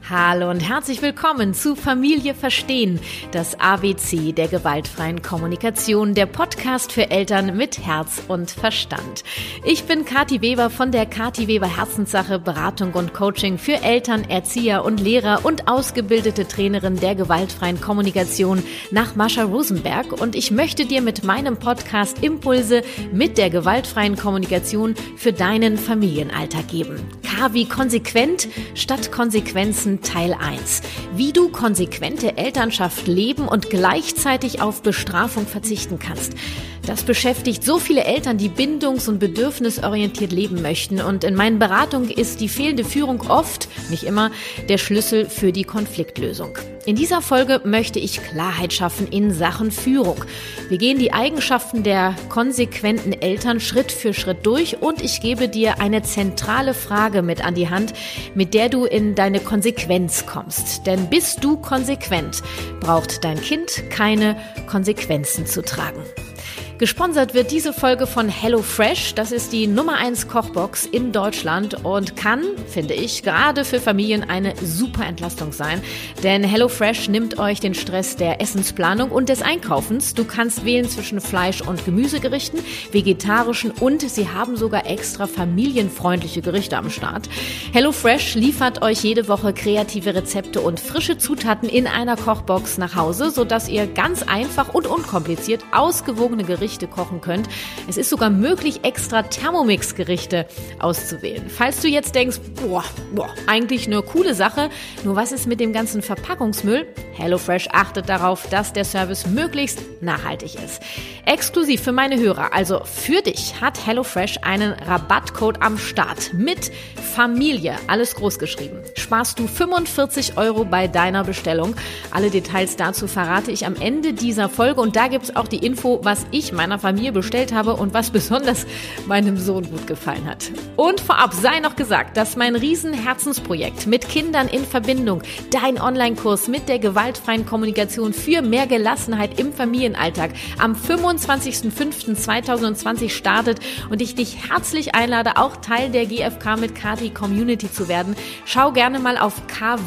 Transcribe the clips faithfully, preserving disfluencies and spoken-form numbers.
Hallo und herzlich willkommen zu Familie Verstehen, das A B C der gewaltfreien Kommunikation, der Podcast für Eltern mit Herz und Verstand. Ich bin Kathi Weber von der Kathi Weber Herzenssache Beratung und Coaching für Eltern, Erzieher und Lehrer und ausgebildete Trainerin der gewaltfreien Kommunikation nach Mascha Rosenberg, und ich möchte dir mit meinem Podcast Impulse mit der gewaltfreien Kommunikation für deinen Familienalltag geben. K wie konsequent statt Konsequenzen Teil eins. Wie du konsequente Elternschaft leben und gleichzeitig auf Bestrafung verzichten kannst. Das beschäftigt so viele Eltern, die bindungs- und bedürfnisorientiert leben möchten, und in meinen Beratungen ist die fehlende Führung oft, nicht immer, der Schlüssel für die Konfliktlösung. In dieser Folge möchte ich Klarheit schaffen in Sachen Führung. Wir gehen die Eigenschaften der konsequenten Eltern Schritt für Schritt durch, und ich gebe dir eine zentrale Frage mit an die Hand, mit der du in deine Konsequenz kommst. Denn bist du konsequent, braucht dein Kind keine Konsequenzen zu tragen. Gesponsert wird diese Folge von HelloFresh. Das ist die Nummer eins Kochbox in Deutschland und kann, finde ich, gerade für Familien eine super Entlastung sein. Denn HelloFresh nimmt euch den Stress der Essensplanung und des Einkaufens. Du kannst wählen zwischen Fleisch- und Gemüsegerichten, vegetarischen, und sie haben sogar extra familienfreundliche Gerichte am Start. HelloFresh liefert euch jede Woche kreative Rezepte und frische Zutaten in einer Kochbox nach Hause, sodass ihr ganz einfach und unkompliziert ausgewogene Gerichte kochen könnt. Es ist sogar möglich, extra Thermomix-Gerichte auszuwählen. Falls du jetzt denkst, boah, boah, eigentlich eine coole Sache, nur was ist mit dem ganzen Verpackungsmüll? HelloFresh achtet darauf, dass der Service möglichst nachhaltig ist. Exklusiv für meine Hörer, also für dich, hat HelloFresh einen Rabattcode am Start mit Familie, alles groß geschrieben. Sparst du fünfundvierzig Euro bei deiner Bestellung. Alle Details dazu verrate ich am Ende dieser Folge, und da gibt es auch die Info, was ich meiner Familie bestellt habe und was besonders meinem Sohn gut gefallen hat. Und vorab sei noch gesagt, dass mein Riesenherzensprojekt mit Kindern in Verbindung, dein Online-Kurs mit der gewaltfreien Kommunikation für mehr Gelassenheit im Familienalltag, am fünfundzwanzigsten fünften zweitausendzwanzig startet und ich dich herzlich einlade, auch Teil der G F K mit Kathi Community zu werden. Schau gerne mal auf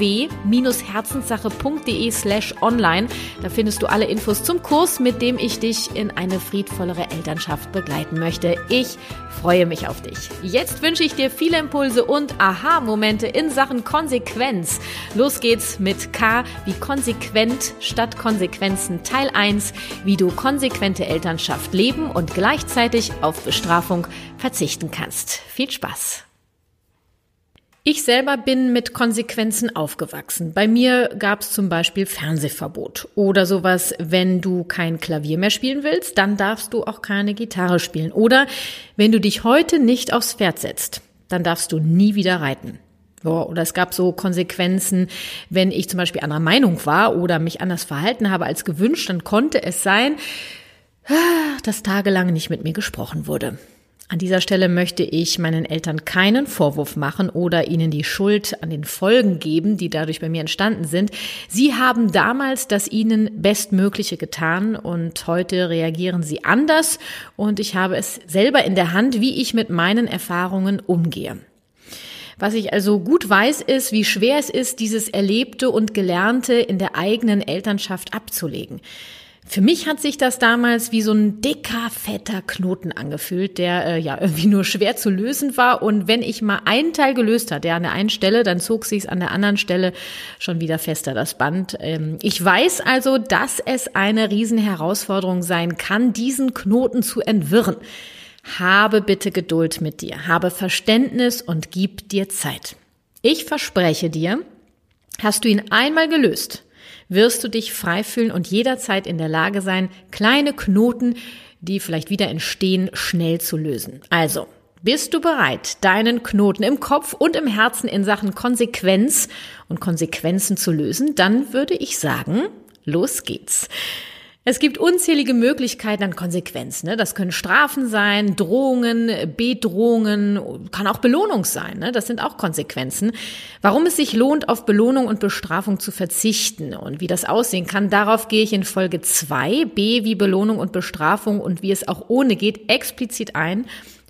kw-herzenssache.de slash online. Da findest du alle Infos zum Kurs, mit dem ich dich in eine friedvollere Elternschaft begleiten möchte. Ich freue mich auf dich. Jetzt wünsche ich dir viele Impulse und Aha-Momente in Sachen Konsequenz. Los geht's mit K wie konsequent statt Konsequenzen Teil eins, wie du konsequente Elternschaft leben und gleichzeitig auf Bestrafung verzichten kannst. Viel Spaß! Ich selber bin mit Konsequenzen aufgewachsen. Bei mir gab es zum Beispiel Fernsehverbot oder sowas: wenn du kein Klavier mehr spielen willst, dann darfst du auch keine Gitarre spielen. Oder wenn du dich heute nicht aufs Pferd setzt, dann darfst du nie wieder reiten. Oder es gab so Konsequenzen, wenn ich zum Beispiel anderer Meinung war oder mich anders verhalten habe als gewünscht, dann konnte es sein, dass tagelang nicht mit mir gesprochen wurde. An dieser Stelle möchte ich meinen Eltern keinen Vorwurf machen oder ihnen die Schuld an den Folgen geben, die dadurch bei mir entstanden sind. Sie haben damals das ihnen Bestmögliche getan, und heute reagieren sie anders, und ich habe es selber in der Hand, wie ich mit meinen Erfahrungen umgehe. Was ich also gut weiß, ist, wie schwer es ist, dieses Erlebte und Gelernte in der eigenen Elternschaft abzulegen. Für mich hat sich das damals wie so ein dicker, fetter Knoten angefühlt, der äh, ja irgendwie nur schwer zu lösen war. Und wenn ich mal einen Teil gelöst hatte, ja, an der einen Stelle, dann zog sich es an der anderen Stelle schon wieder fester, das Band. Ähm, ich weiß also, dass es eine Riesenherausforderung sein kann, diesen Knoten zu entwirren. Habe bitte Geduld mit dir, habe Verständnis und gib dir Zeit. Ich verspreche dir, hast du ihn einmal gelöst, wirst du dich frei fühlen und jederzeit in der Lage sein, kleine Knoten, die vielleicht wieder entstehen, schnell zu lösen. Also, bist du bereit, deinen Knoten im Kopf und im Herzen in Sachen Konsequenz und Konsequenzen zu lösen? Dann würde ich sagen, los geht's. Es gibt unzählige Möglichkeiten an Konsequenzen. Ne? Das können Strafen sein, Drohungen, Bedrohungen, kann auch Belohnung sein. Ne? Das sind auch Konsequenzen. Warum es sich lohnt, auf Belohnung und Bestrafung zu verzichten und wie das aussehen kann, darauf gehe ich in Folge zwei, B wie Belohnung und Bestrafung und wie es auch ohne geht, explizit ein.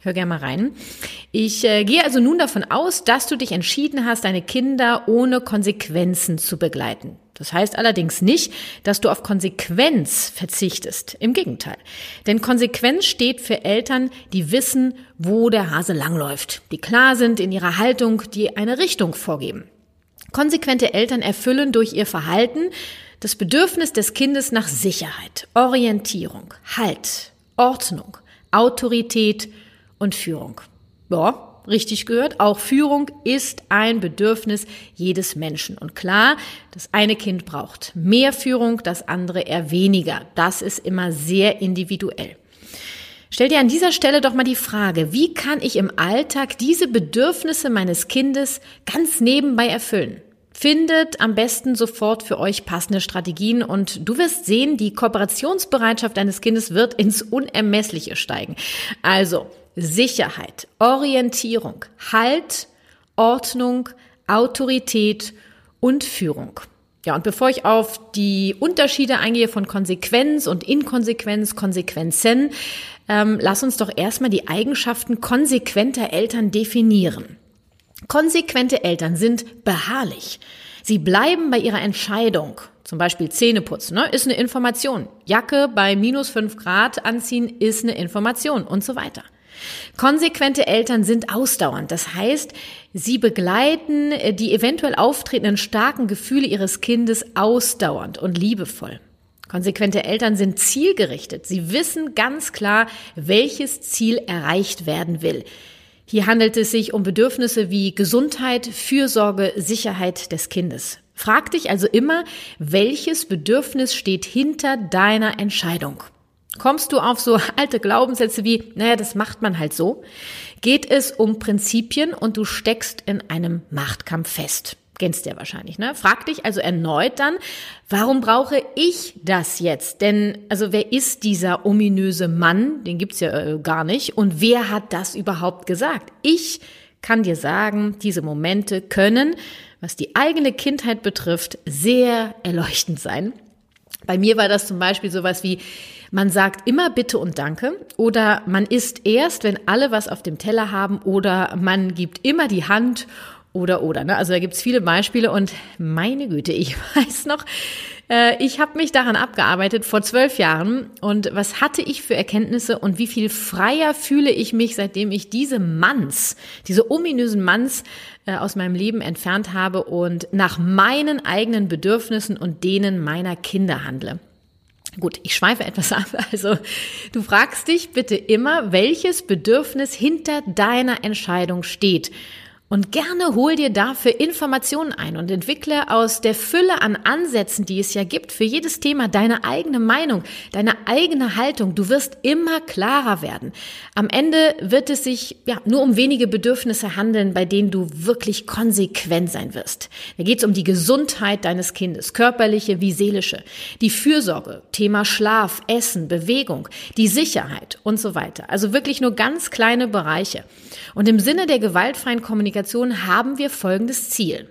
Hör gerne mal rein. Ich äh, gehe also nun davon aus, dass du dich entschieden hast, deine Kinder ohne Konsequenzen zu begleiten. Das heißt allerdings nicht, dass du auf Konsequenz verzichtest. Im Gegenteil. Denn Konsequenz steht für Eltern, die wissen, wo der Hase langläuft, die klar sind in ihrer Haltung, die eine Richtung vorgeben. Konsequente Eltern erfüllen durch ihr Verhalten das Bedürfnis des Kindes nach Sicherheit, Orientierung, Halt, Ordnung, Autorität und Führung. Ja, richtig gehört. Auch Führung ist ein Bedürfnis jedes Menschen. Und klar, das eine Kind braucht mehr Führung, das andere eher weniger. Das ist immer sehr individuell. Stell dir an dieser Stelle doch mal die Frage, wie kann ich im Alltag diese Bedürfnisse meines Kindes ganz nebenbei erfüllen? Findet am besten sofort für euch passende Strategien und du wirst sehen, die Kooperationsbereitschaft deines Kindes wird ins Unermessliche steigen. Also Sicherheit, Orientierung, Halt, Ordnung, Autorität und Führung. Ja, und bevor ich auf die Unterschiede eingehe von Konsequenz und Inkonsequenz, Konsequenzen, ähm, lass uns doch erstmal die Eigenschaften konsequenter Eltern definieren. Konsequente Eltern sind beharrlich. Sie bleiben bei ihrer Entscheidung. Zum Beispiel Zähneputzen, ne, ist eine Information. Jacke bei minus fünf Grad anziehen ist eine Information und so weiter. Konsequente Eltern sind ausdauernd. Das heißt, sie begleiten die eventuell auftretenden starken Gefühle ihres Kindes ausdauernd und liebevoll. Konsequente Eltern sind zielgerichtet. Sie wissen ganz klar, welches Ziel erreicht werden will. Hier handelt es sich um Bedürfnisse wie Gesundheit, Fürsorge, Sicherheit des Kindes. Frag dich also immer, welches Bedürfnis steht hinter deiner Entscheidung? Kommst du auf so alte Glaubenssätze wie, naja, das macht man halt so? Geht es um Prinzipien und du steckst in einem Machtkampf fest? Kennst du ja wahrscheinlich, ne? Frag dich also erneut dann, warum brauche ich das jetzt? Denn, also wer ist dieser ominöse Mann? Den gibt's ja äh, gar nicht. Und wer hat das überhaupt gesagt? Ich kann dir sagen, diese Momente können, was die eigene Kindheit betrifft, sehr erleuchtend sein. Bei mir war das zum Beispiel sowas wie, man sagt immer Bitte und Danke oder man isst erst, wenn alle was auf dem Teller haben oder man gibt immer die Hand oder, oder. Ne? Also da gibt's viele Beispiele und meine Güte, ich weiß noch, äh, ich habe mich daran abgearbeitet vor zwölf Jahren und was hatte ich für Erkenntnisse und wie viel freier fühle ich mich, seitdem ich diese Manns, diese ominösen Manns äh, aus meinem Leben entfernt habe und nach meinen eigenen Bedürfnissen und denen meiner Kinder handle. Gut, ich schweife etwas ab. Also du fragst dich bitte immer, welches Bedürfnis hinter deiner Entscheidung steht. Und gerne hol dir dafür Informationen ein und entwickle aus der Fülle an Ansätzen, die es ja gibt, für jedes Thema deine eigene Meinung, deine eigene Haltung. Du wirst immer klarer werden. Am Ende wird es sich ja nur um wenige Bedürfnisse handeln, bei denen du wirklich konsequent sein wirst. Da geht es um die Gesundheit deines Kindes, körperliche wie seelische, die Fürsorge, Thema Schlaf, Essen, Bewegung, die Sicherheit und so weiter. Also wirklich nur ganz kleine Bereiche. Und im Sinne der gewaltfreien Kommunikation haben wir folgendes Ziel: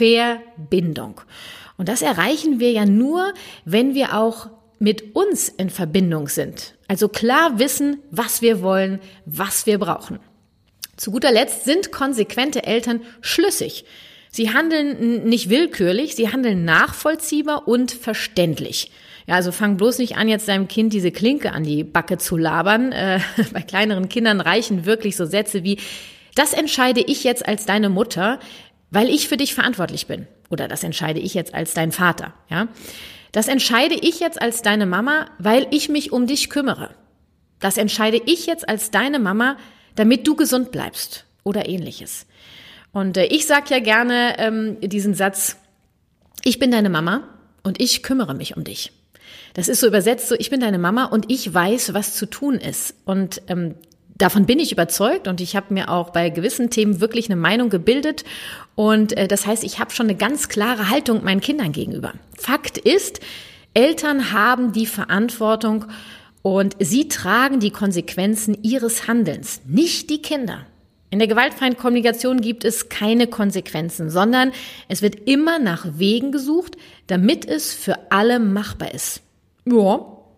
Verbindung. Und das erreichen wir ja nur, wenn wir auch mit uns in Verbindung sind. Also klar wissen, was wir wollen, was wir brauchen. Zu guter Letzt sind konsequente Eltern schlüssig. Sie handeln nicht willkürlich, sie handeln nachvollziehbar und verständlich. Ja, also fang bloß nicht an, jetzt deinem Kind diese Klinke an die Backe zu labern. Äh, bei kleineren Kindern reichen wirklich so Sätze wie, das entscheide ich jetzt als deine Mutter, weil ich für dich verantwortlich bin. Oder das entscheide ich jetzt als dein Vater. Ja, das entscheide ich jetzt als deine Mama, weil ich mich um dich kümmere. Das entscheide ich jetzt als deine Mama, damit du gesund bleibst. Oder ähnliches. Und äh, ich sage ja gerne ähm, diesen Satz, ich bin deine Mama und ich kümmere mich um dich. Das ist so übersetzt, so ich bin deine Mama und ich weiß, was zu tun ist. Und ähm, davon bin ich überzeugt und ich habe mir auch bei gewissen Themen wirklich eine Meinung gebildet. Und äh, das heißt, ich habe schon eine ganz klare Haltung meinen Kindern gegenüber. Fakt ist, Eltern haben die Verantwortung und sie tragen die Konsequenzen ihres Handelns, nicht die Kinder. In der gewaltfreien Kommunikation gibt es keine Konsequenzen, sondern es wird immer nach Wegen gesucht, damit es für alle machbar ist. Ja,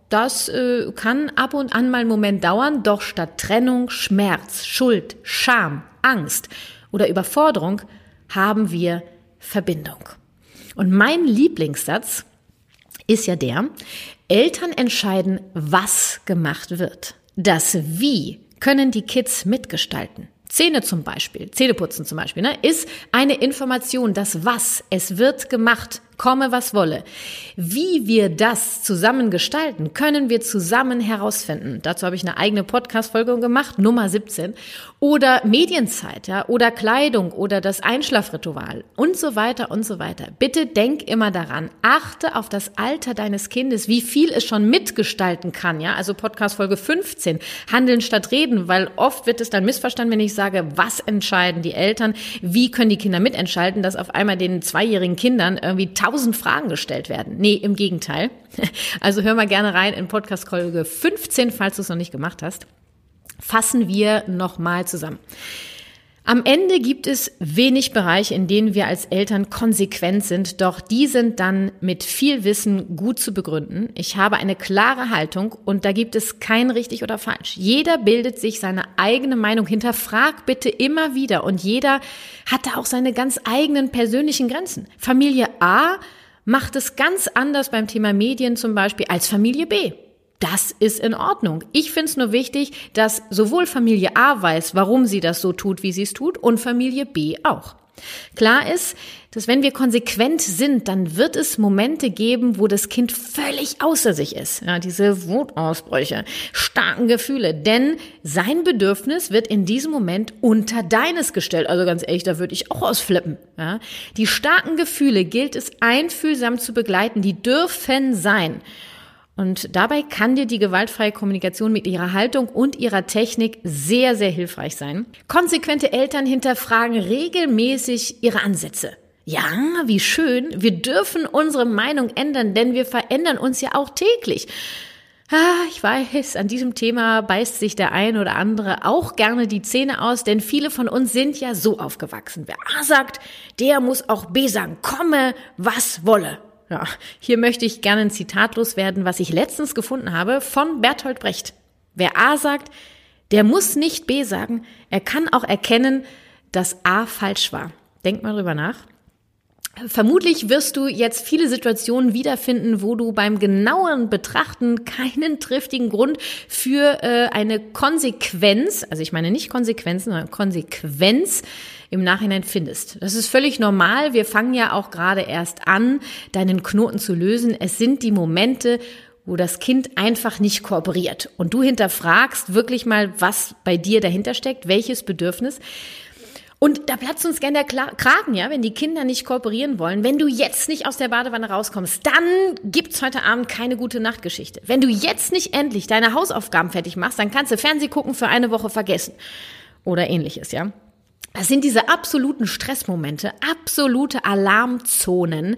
das äh, kann ab und an mal einen Moment dauern, doch statt Trennung, Schmerz, Schuld, Scham, Angst oder Überforderung haben wir Verbindung. Und mein Lieblingssatz ist ja der: Eltern entscheiden, was gemacht wird. Das Wie können die Kids mitgestalten. Zähne zum Beispiel, Zähneputzen zum Beispiel, ne, ist eine Information, das Was, es wird gemacht, komme was wolle. Wie wir das zusammen gestalten, können wir zusammen herausfinden. Dazu habe ich eine eigene Podcast-Folge gemacht, Nummer siebzehn. Oder Medienzeit, ja, oder Kleidung oder das Einschlafritual und so weiter und so weiter. Bitte denk immer daran, achte auf das Alter deines Kindes, wie viel es schon mitgestalten kann, ja. Also Podcast-Folge fünfzehn, Handeln statt Reden, weil oft wird es dann missverstanden, wenn ich sage, was entscheiden die Eltern, wie können die Kinder mitentscheiden, dass auf einmal den zweijährigen Kindern irgendwie tausend Fragen gestellt werden. Nee, im Gegenteil. Also hör mal gerne rein in Podcast-Folge fünfzehn, falls du es noch nicht gemacht hast. Fassen wir nochmal zusammen. Am Ende gibt es wenig Bereiche, in denen wir als Eltern konsequent sind, doch die sind dann mit viel Wissen gut zu begründen. Ich habe eine klare Haltung und da gibt es kein richtig oder falsch. Jeder bildet sich seine eigene Meinung, hinterfragt bitte immer wieder und jeder hat da auch seine ganz eigenen persönlichen Grenzen. Familie A macht es ganz anders beim Thema Medien zum Beispiel als Familie B. Das ist in Ordnung. Ich finde es nur wichtig, dass sowohl Familie A weiß, warum sie das so tut, wie sie es tut, und Familie B auch. Klar ist, dass wenn wir konsequent sind, dann wird es Momente geben, wo das Kind völlig außer sich ist. Ja, diese Wutausbrüche, starken Gefühle. Denn sein Bedürfnis wird in diesem Moment unter deines gestellt. Also ganz ehrlich, da würde ich auch ausflippen. Ja, die starken Gefühle gilt es einfühlsam zu begleiten. Die dürfen sein. Und dabei kann dir die gewaltfreie Kommunikation mit ihrer Haltung und ihrer Technik sehr, sehr hilfreich sein. Konsequente Eltern hinterfragen regelmäßig ihre Ansätze. Ja, wie schön. Wir dürfen unsere Meinung ändern, denn wir verändern uns ja auch täglich. Ah, ich weiß, an diesem Thema beißt sich der ein oder andere auch gerne die Zähne aus, denn viele von uns sind ja so aufgewachsen. Wer A sagt, der muss auch B sagen. Komme, was wolle. Ja, hier möchte ich gerne ein Zitat loswerden, was ich letztens gefunden habe von Bertolt Brecht. Wer A sagt, der muss nicht B sagen. Er kann auch erkennen, dass A falsch war. Denk mal drüber nach. Vermutlich wirst du jetzt viele Situationen wiederfinden, wo du beim genauen Betrachten keinen triftigen Grund für äh, eine Konsequenz, also ich meine nicht Konsequenzen, sondern Konsequenz im Nachhinein findest. Das ist völlig normal. Wir fangen ja auch gerade erst an, deinen Knoten zu lösen. Es sind die Momente, wo das Kind einfach nicht kooperiert und du hinterfragst wirklich mal, was bei dir dahinter steckt, welches Bedürfnis. Und da platzt uns gern der Kragen, ja, wenn die Kinder nicht kooperieren wollen. Wenn du jetzt nicht aus der Badewanne rauskommst, dann gibt's heute Abend keine gute Nachtgeschichte. Wenn du jetzt nicht endlich deine Hausaufgaben fertig machst, dann kannst du Fernseh gucken für eine Woche vergessen. Oder ähnliches, ja. Das sind diese absoluten Stressmomente, absolute Alarmzonen.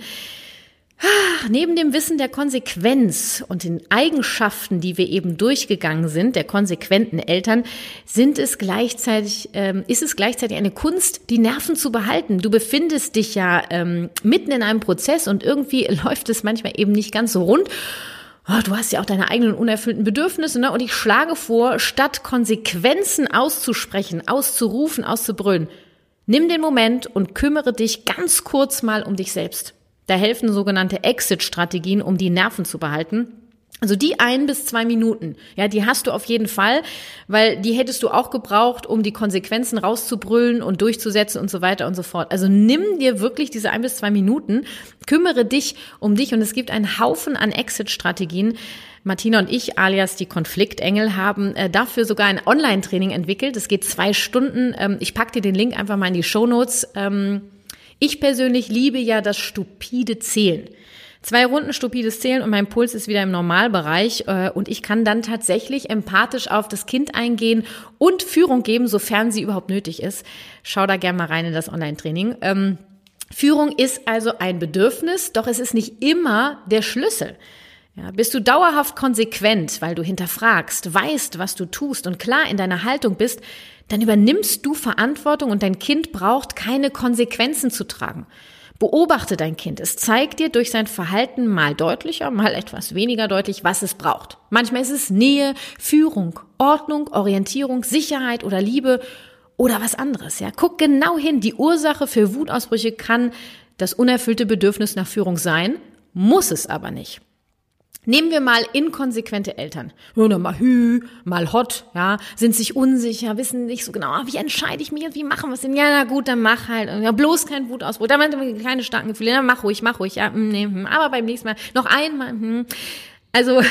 Neben dem Wissen der Konsequenz und den Eigenschaften, die wir eben durchgegangen sind, der konsequenten Eltern, sind es gleichzeitig, ähm, ist es gleichzeitig eine Kunst, die Nerven zu behalten. Du befindest dich ja ähm, mitten in einem Prozess und irgendwie läuft es manchmal eben nicht ganz so rund. Oh, du hast ja auch deine eigenen unerfüllten Bedürfnisse, ne? Und ich schlage vor, statt Konsequenzen auszusprechen, auszurufen, auszubrüllen, nimm den Moment und kümmere dich ganz kurz mal um dich selbst. Da helfen sogenannte Exit-Strategien, um die Nerven zu behalten. Also die ein bis zwei Minuten, ja, die hast du auf jeden Fall, weil die hättest du auch gebraucht, um die Konsequenzen rauszubrüllen und durchzusetzen und so weiter und so fort. Also nimm dir wirklich diese ein bis zwei Minuten, kümmere dich um dich und es gibt einen Haufen an Exit-Strategien. Martina und ich, alias die Konfliktengel, haben äh, dafür sogar ein Online-Training entwickelt. Es geht zwei Stunden. Ähm, ich packe dir den Link einfach mal in die Shownotes. Ähm, Ich persönlich liebe ja das stupide Zählen. Zwei Runden stupides Zählen und mein Puls ist wieder im Normalbereich äh, und ich kann dann tatsächlich empathisch auf das Kind eingehen und Führung geben, sofern sie überhaupt nötig ist. Schau da gerne mal rein in das Online-Training. Ähm, Führung ist also ein Bedürfnis, doch es ist nicht immer der Schlüssel. Ja, bist du dauerhaft konsequent, weil du hinterfragst, weißt, was du tust und klar in deiner Haltung bist, dann übernimmst du Verantwortung und dein Kind braucht keine Konsequenzen zu tragen. Beobachte dein Kind. Es zeigt dir durch sein Verhalten mal deutlicher, mal etwas weniger deutlich, was es braucht. Manchmal ist es Nähe, Führung, Ordnung, Orientierung, Sicherheit oder Liebe oder was anderes. Ja, guck genau hin. Die Ursache für Wutausbrüche kann das unerfüllte Bedürfnis nach Führung sein, muss es aber nicht. Nehmen wir mal inkonsequente Eltern. Oder mal hü, mal hot, ja, sind sich unsicher, wissen nicht so genau, wie entscheide ich mich jetzt, wie machen wir es denn? Ja, na gut, dann mach halt, ja, bloß kein Wutausbruch, da haben wir keine starken Gefühle, dann mach ruhig, mach ruhig, ja, nee, aber beim nächsten Mal noch einmal, hm. Also,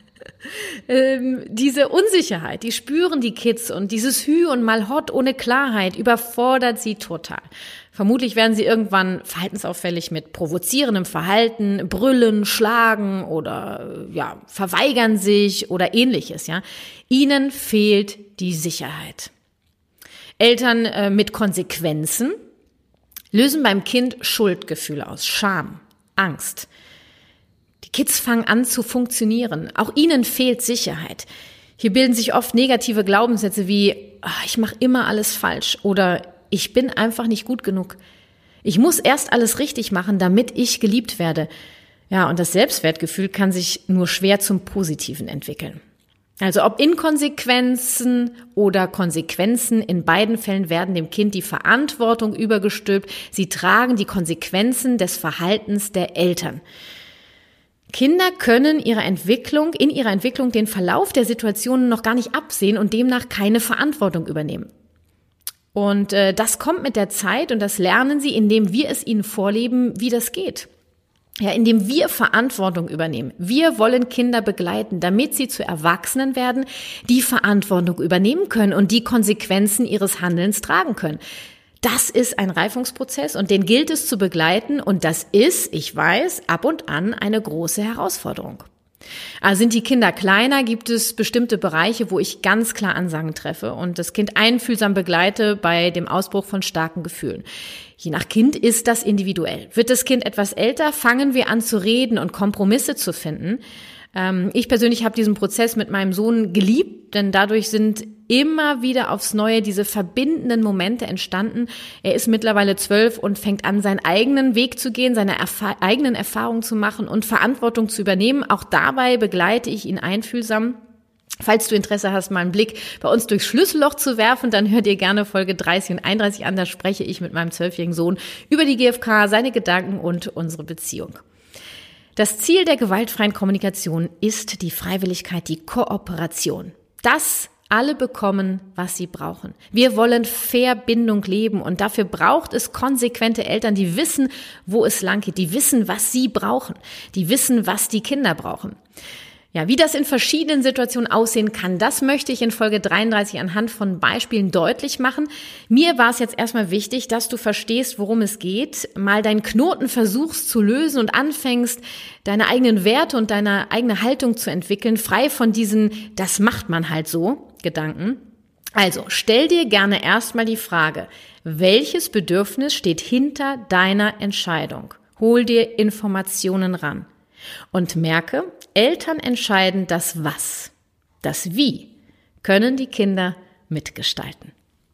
ähm, diese Unsicherheit, die spüren die Kids und dieses Hü und mal hot ohne Klarheit überfordert sie total. Vermutlich werden sie irgendwann verhaltensauffällig mit provozierendem Verhalten, brüllen, schlagen oder ja, verweigern sich oder ähnliches, ja. Ihnen fehlt die Sicherheit. Eltern äh, mit Konsequenzen lösen beim Kind Schuldgefühle aus, Scham, Angst. Die Kids fangen an zu funktionieren. Auch ihnen fehlt Sicherheit. Hier bilden sich oft negative Glaubenssätze wie, ach, ich mache immer alles falsch oder ich bin einfach nicht gut genug. Ich muss erst alles richtig machen, damit ich geliebt werde. Ja, und das Selbstwertgefühl kann sich nur schwer zum Positiven entwickeln. Also ob Inkonsequenzen oder Konsequenzen, in beiden Fällen werden dem Kind die Verantwortung übergestülpt. Sie tragen die Konsequenzen des Verhaltens der Eltern. Kinder können ihre Entwicklung, in ihrer Entwicklung den Verlauf der Situationen noch gar nicht absehen und demnach keine Verantwortung übernehmen. Und äh, das kommt mit der Zeit und das lernen sie, indem wir es ihnen vorleben, wie das geht. Ja, indem wir Verantwortung übernehmen. Wir wollen Kinder begleiten, damit sie zu Erwachsenen werden, die Verantwortung übernehmen können und die Konsequenzen ihres Handelns tragen können. Das ist ein Reifungsprozess und den gilt es zu begleiten und das ist, ich weiß, ab und an eine große Herausforderung. Also sind die Kinder kleiner, gibt es bestimmte Bereiche, wo ich ganz klar Ansagen treffe und das Kind einfühlsam begleite bei dem Ausbruch von starken Gefühlen. Je nach Kind ist das individuell. Wird das Kind etwas älter, fangen wir an zu reden und Kompromisse zu finden. Ich persönlich habe diesen Prozess mit meinem Sohn geliebt, denn dadurch sind immer wieder aufs Neue diese verbindenden Momente entstanden. Er ist mittlerweile zwölf und fängt an, seinen eigenen Weg zu gehen, seine erf- eigenen Erfahrungen zu machen und Verantwortung zu übernehmen. Auch dabei begleite ich ihn einfühlsam. Falls du Interesse hast, mal einen Blick bei uns durchs Schlüsselloch zu werfen, dann hör dir gerne Folge dreißig und einunddreißig an. Da spreche ich mit meinem zwölfjährigen Sohn über die G F K, seine Gedanken und unsere Beziehung. Das Ziel der gewaltfreien Kommunikation ist die Freiwilligkeit, die Kooperation. Dass alle bekommen, was sie brauchen. Wir wollen Verbindung leben und dafür braucht es konsequente Eltern, die wissen, wo es lang geht, die wissen, was sie brauchen, die wissen, was die Kinder brauchen. Ja, wie das in verschiedenen Situationen aussehen kann, das möchte ich in Folge dreiunddreißig anhand von Beispielen deutlich machen. Mir war es jetzt erstmal wichtig, dass du verstehst, worum es geht, mal deinen Knoten versuchst zu lösen und anfängst, deine eigenen Werte und deine eigene Haltung zu entwickeln, frei von diesen, das macht man halt so, Gedanken. Also, stell dir gerne erstmal die Frage, welches Bedürfnis steht hinter deiner Entscheidung? Hol dir Informationen ran. Und merke, Eltern entscheiden das Was. Das Wie können die Kinder mitgestalten.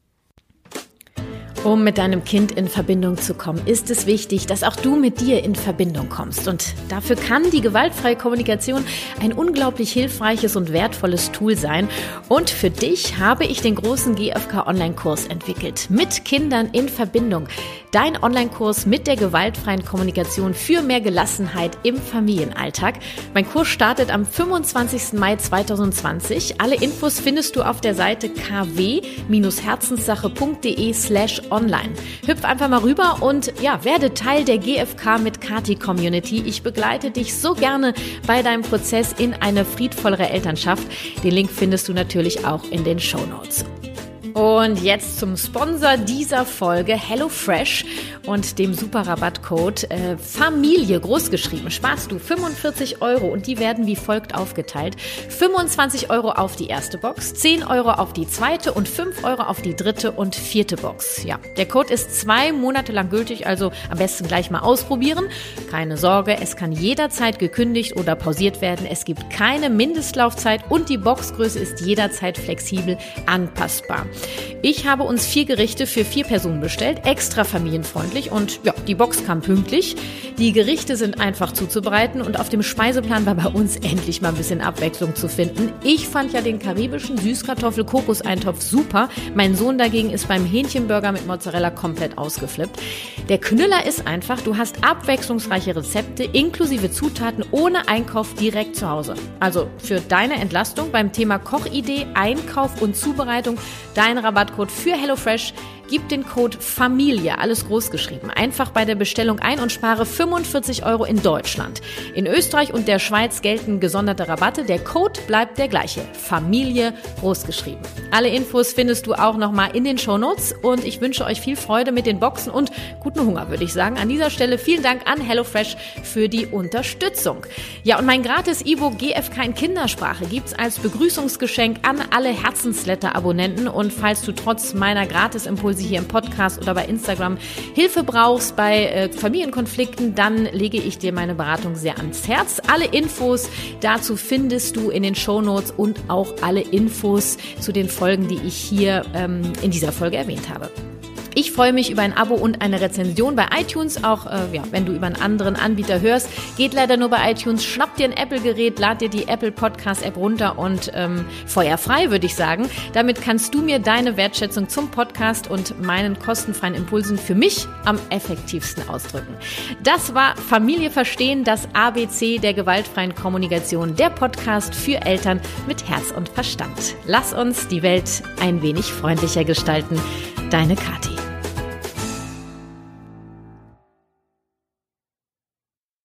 Um mit deinem Kind in Verbindung zu kommen, ist es wichtig, dass auch du mit dir in Verbindung kommst. Und dafür kann die gewaltfreie Kommunikation ein unglaublich hilfreiches und wertvolles Tool sein. Und für dich habe ich den großen G F K-Online-Kurs entwickelt. Mit Kindern in Verbindung. Dein Online-Kurs mit der gewaltfreien Kommunikation für mehr Gelassenheit im Familienalltag. Mein Kurs startet am fünfundzwanzigsten Mai zweitausendzwanzig. Alle Infos findest du auf der Seite k w herzenssache punkt d e slash online. Hüpf einfach mal rüber und ja, werde Teil der G F K mit Kati Community. Ich begleite dich so gerne bei deinem Prozess in eine friedvollere Elternschaft. Den Link findest du natürlich auch in den Shownotes. Und jetzt zum Sponsor dieser Folge, HelloFresh und dem super Rabattcode äh, Familie, großgeschrieben, sparst du fünfundvierzig Euro und die werden wie folgt aufgeteilt. fünfundzwanzig Euro auf die erste Box, zehn Euro auf die zweite und fünf Euro auf die dritte und vierte Box. Ja, der Code ist zwei Monate lang gültig, also am besten gleich mal ausprobieren. Keine Sorge, es kann jederzeit gekündigt oder pausiert werden. Es gibt keine Mindestlaufzeit und die Boxgröße ist jederzeit flexibel anpassbar. Ich habe uns vier Gerichte für vier Personen bestellt, extra familienfreundlich und ja, die Box kam pünktlich. Die Gerichte sind einfach zuzubereiten und auf dem Speiseplan war bei uns endlich mal ein bisschen Abwechslung zu finden. Ich fand ja den karibischen Süßkartoffel-Kokos-Eintopf super. Mein Sohn dagegen ist beim Hähnchenburger mit Mozzarella komplett ausgeflippt. Der Knüller ist einfach, du hast abwechslungsreiche Rezepte inklusive Zutaten ohne Einkauf direkt zu Hause. Also für deine Entlastung beim Thema Kochidee, Einkauf und Zubereitung dein Rabattcode für HelloFresh. Gib den Code Familie, alles groß geschrieben, einfach bei der Bestellung ein und spare fünfundvierzig Euro in Deutschland. In Österreich und der Schweiz gelten gesonderte Rabatte. Der Code bleibt der gleiche. Familie, groß geschrieben. Alle Infos findest du auch nochmal in den Shownotes und ich wünsche euch viel Freude mit den Boxen und guten Hunger, würde ich sagen. An dieser Stelle vielen Dank an HelloFresh für die Unterstützung. Ja, und mein gratis E-Book G F K in Kindersprache gibt's als Begrüßungsgeschenk an alle Herzensletter-Abonnenten und falls du trotz meiner Gratis-Impulse hier im Podcast oder bei Instagram Hilfe brauchst bei äh, Familienkonflikten, dann lege ich dir meine Beratung sehr ans Herz. Alle Infos dazu findest du in den Shownotes und auch alle Infos zu den Folgen, die ich hier ähm, in dieser Folge erwähnt habe. Ich freue mich über ein Abo und eine Rezension bei iTunes, auch äh, ja, wenn du über einen anderen Anbieter hörst. Geht leider nur bei iTunes. Schnapp dir ein Apple-Gerät, lad dir die Apple Podcast-App runter und ähm, feuerfrei, würde ich sagen. Damit kannst du mir deine Wertschätzung zum Podcast und meinen kostenfreien Impulsen für mich am effektivsten ausdrücken. Das war Familie verstehen, das A B C der gewaltfreien Kommunikation, der Podcast für Eltern mit Herz und Verstand. Lass uns die Welt ein wenig freundlicher gestalten. Deine Kathi.